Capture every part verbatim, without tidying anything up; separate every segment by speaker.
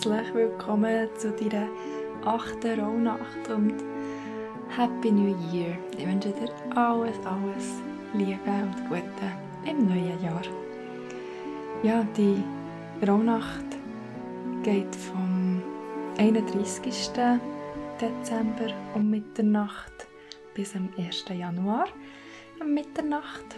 Speaker 1: herzlich willkommen zu deiner achten Rauhnacht und Happy New Year. Ich wünsche dir alles, alles Liebe und Gute im neuen Jahr. Ja, die Rauhnacht geht vom einunddreißigsten Dezember um Mitternacht bis am ersten Januar um Mitternacht.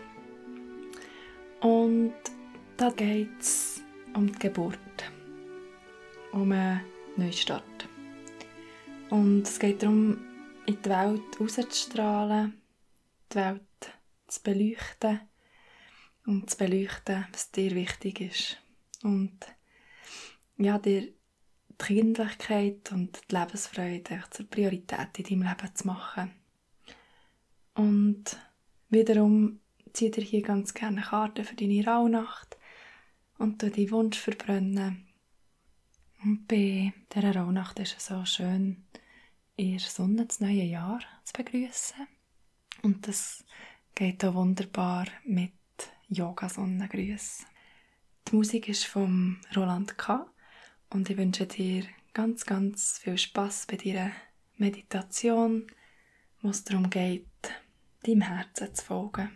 Speaker 1: Und da geht es um die Geburt, um einen Neustart. Und es geht darum, in die Welt rauszustrahlen, die Welt zu beleuchten und zu beleuchten, was dir wichtig ist. Und ja, dir die Kindlichkeit und die Lebensfreude zur Priorität in deinem Leben zu machen. Und wiederum zieh dir hier ganz gerne Karten für deine Rauhnacht und tu deinen Wunsch verbrennen. Und bei dieser Rauhnacht ist es so schön, in der Sonne das neue Jahr zu begrüßen. Und das geht auch wunderbar mit Yoga-Sonnengrüßen. Die Musik ist von Roland K. Und ich wünsche dir ganz, ganz viel Spass bei deiner Meditation, wo es darum geht, deinem Herzen zu folgen.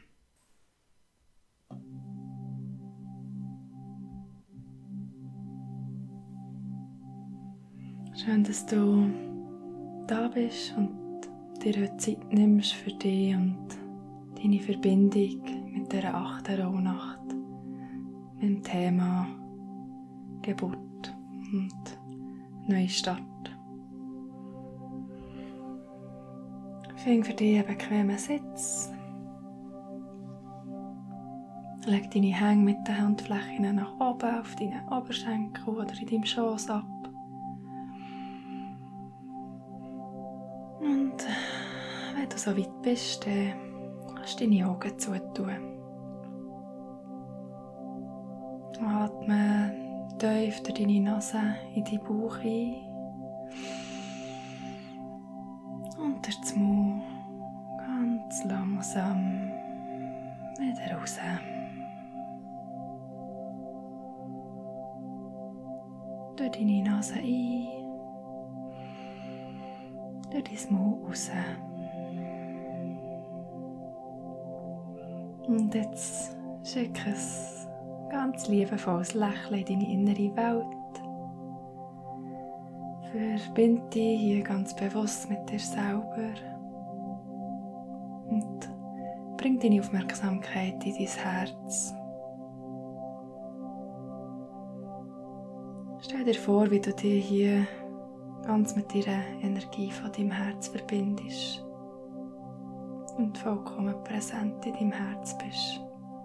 Speaker 1: Schön, dass du da bist und dir heute Zeit nimmst für dich und deine Verbindung mit dieser achten Rauhnacht, mit dem Thema Geburt und Neustart. Find für dich einen bequemen Sitz. Leg deine Hände mit den Handflächen nach oben auf deinen Oberschenkel oder in deinem Schoß ab. Und wenn du so weit bist, dann kannst du deine Augen zutun. Atme tief durch deine Nase in deinen Bauch ein und durch den Mund ganz langsam wieder raus. Durch deine Nase ein, durch dein Mund raus. Und jetzt schick ein ganz liebevolles Lächeln in deine innere Welt. Verbinde dich hier ganz bewusst mit dir selber und bring deine Aufmerksamkeit in dein Herz. Stell dir vor, wie du dich hier ganz mit deiner Energie von deinem Herz verbindest und vollkommen präsent in deinem Herz bist.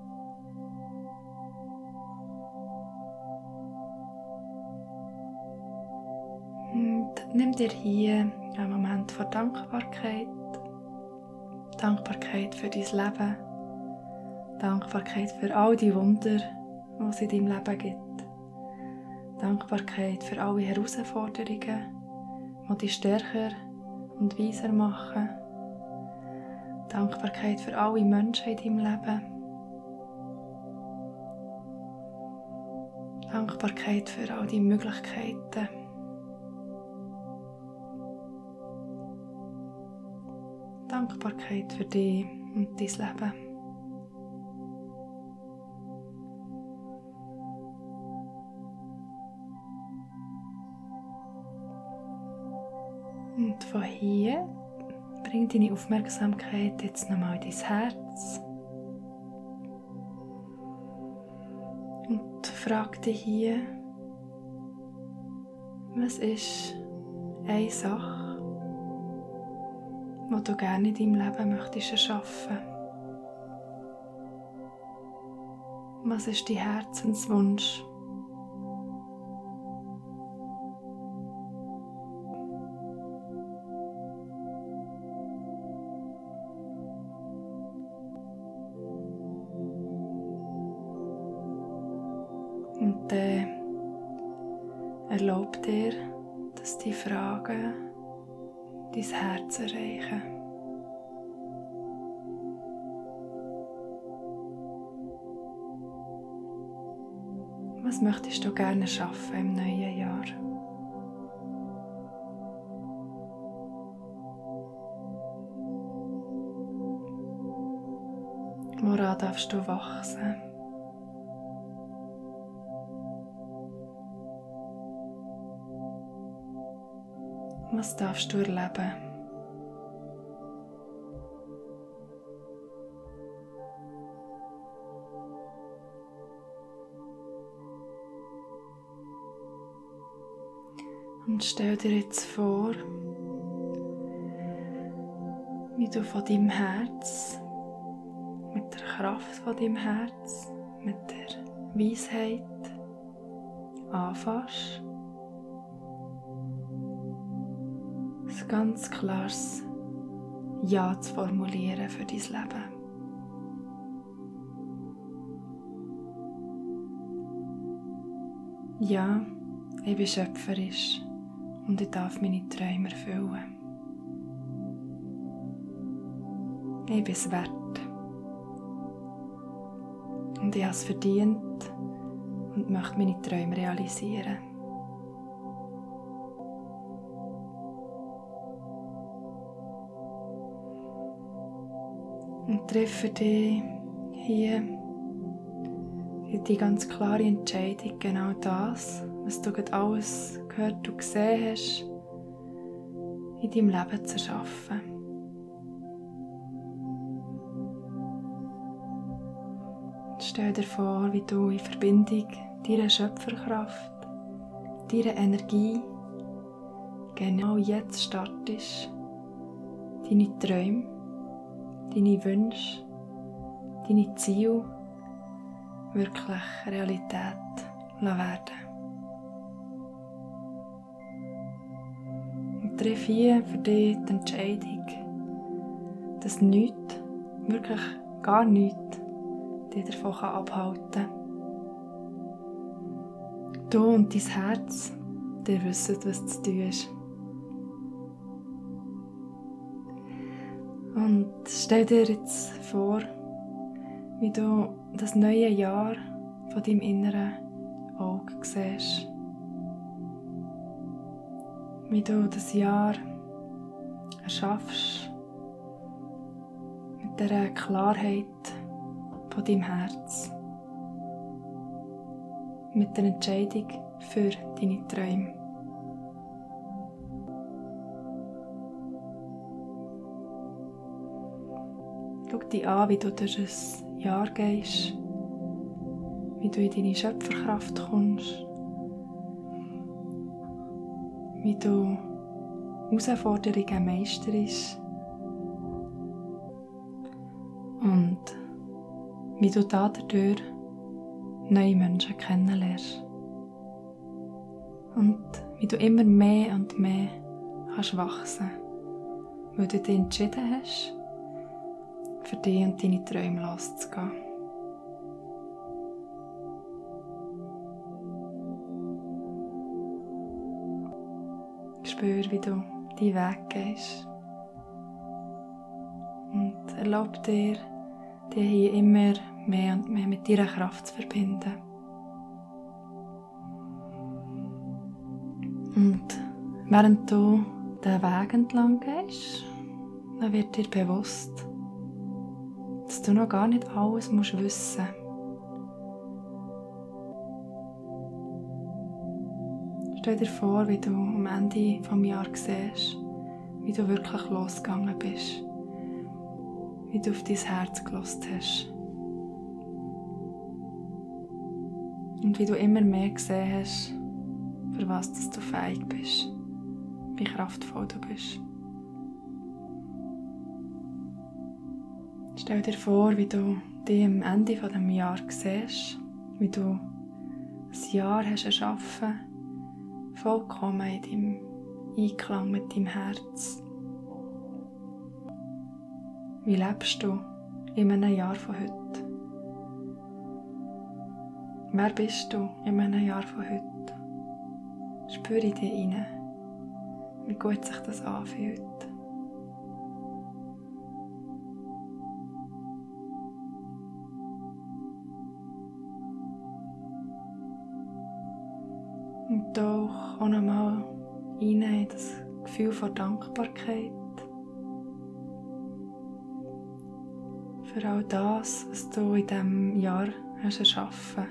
Speaker 1: Und nimm dir hier einen Moment von Dankbarkeit. Dankbarkeit für dein Leben. Dankbarkeit für all die Wunder, die es in deinem Leben gibt. Dankbarkeit für alle Herausforderungen, die dich stärker und weiser machen. Dankbarkeit für alle Menschen in deinem Leben. Dankbarkeit für all die Möglichkeiten. Dankbarkeit für dich und dein Leben. Und von hier bring deine Aufmerksamkeit jetzt nochmal in dein Herz. Und frag dich hier, was ist eine Sache, die du gerne in deinem Leben möchtest erschaffen? Was ist dein Herzenswunsch? Und dann erlaub dir, dass die Fragen dein Herz erreichen. Was möchtest du gerne schaffen im neuen Jahr? Woran darfst du wachsen? Was darfst du erleben? Und stell dir jetzt vor, wie du von deinem Herz, mit der Kraft von deinem Herz, mit der Weisheit anfängst, ein ganz klares Ja zu formulieren für dein Leben. Ja, ich bin schöpferisch und ich darf meine Träume erfüllen. Ich bin es wert. Und ich habe es verdient und möchte meine Träume realisieren. Und treffe dich hier die ganz klare Entscheidung, genau das, was du gerade alles gehört und gesehen hast, in deinem Leben zu erschaffen. Stell dir vor, wie du in Verbindung deiner Schöpferkraft, deiner Energie genau jetzt startest, deine Träume, deine Wünsche, deine Ziele wirklich Realität werden. Und triff hier für dich die Entscheidung, dass nichts, wirklich gar nichts, dich davon abhalten kann. Du und dein Herz, ihr wisst, was zu tun ist. Und stell dir jetzt vor, wie du das neue Jahr von deinem inneren Auge siehst. Wie du das Jahr erschaffst mit dieser Klarheit von deinem Herz. Mit der Entscheidung für deine Träume. Schau dich an, wie du durch ein Jahr gehst, wie du in deine Schöpferkraft kommst, wie du Herausforderungen meisterst und wie du dadurch neue Menschen kennenlernst. Und wie du immer mehr und mehr kannst wachsen, weil du dich entschieden hast, für dich und deine Träume loszugehen. Spür, wie du deinen Weg gehst. Und erlaub dir, dich hier immer mehr und mehr mit deiner Kraft zu verbinden. Und während du den Weg entlang gehst, dann wird dir bewusst, dass du noch gar nicht alles musst wissen musst. Stell dir vor, wie du am Ende des Jahres siehst, wie du wirklich losgegangen bist, wie du auf dein Herz gehört hast. Und wie du immer mehr gesehen hast, für was dass du fähig bist, wie kraftvoll du bist. Stell dir vor, wie du dich am Ende dieses Jahres siehst, wie du ein Jahr hast erschaffen, vollkommen in deinem Einklang mit deinem Herz. Wie lebst du in einem Jahr von heute? Wer bist du in einem Jahr von heute? Spüre in dich hinein, wie gut sich das anfühlt. Und tauch auch nochmal rein in das Gefühl von Dankbarkeit für all das, was du in diesem Jahr hast erschaffen.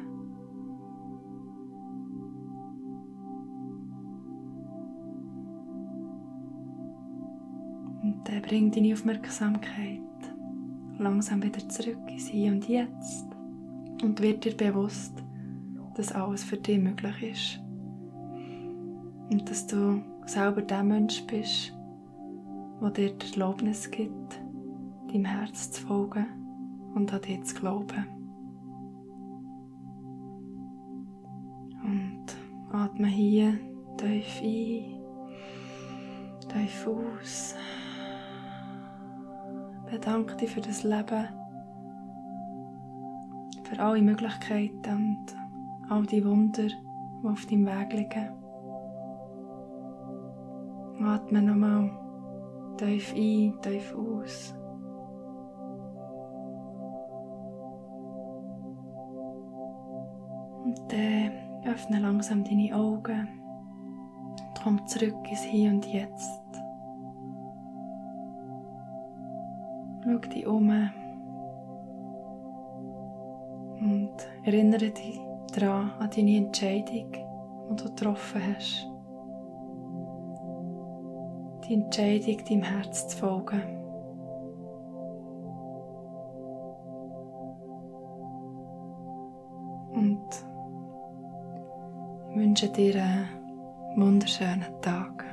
Speaker 1: Und dann bring deine Aufmerksamkeit langsam wieder zurück ins Hier und Jetzt und wird dir bewusst, dass alles für dich möglich ist. Und dass du selber der Mensch bist, der dir die Erlaubnis gibt, deinem Herz zu folgen und an dich zu glauben. Und atme hier tief ein, tief aus. Bedanke dich für das Leben, für alle Möglichkeiten und all die Wunder, die auf deinem Weg liegen. Atme nochmal tief ein, tief aus. Und dann öffne langsam deine Augen und komm zurück ins Hier und Jetzt. Schau dich um und erinnere dich daran an deine Entscheidung, die du getroffen hast. Die Entscheidung, deinem Herz zu folgen. Und ich wünsche dir einen wunderschönen Tag.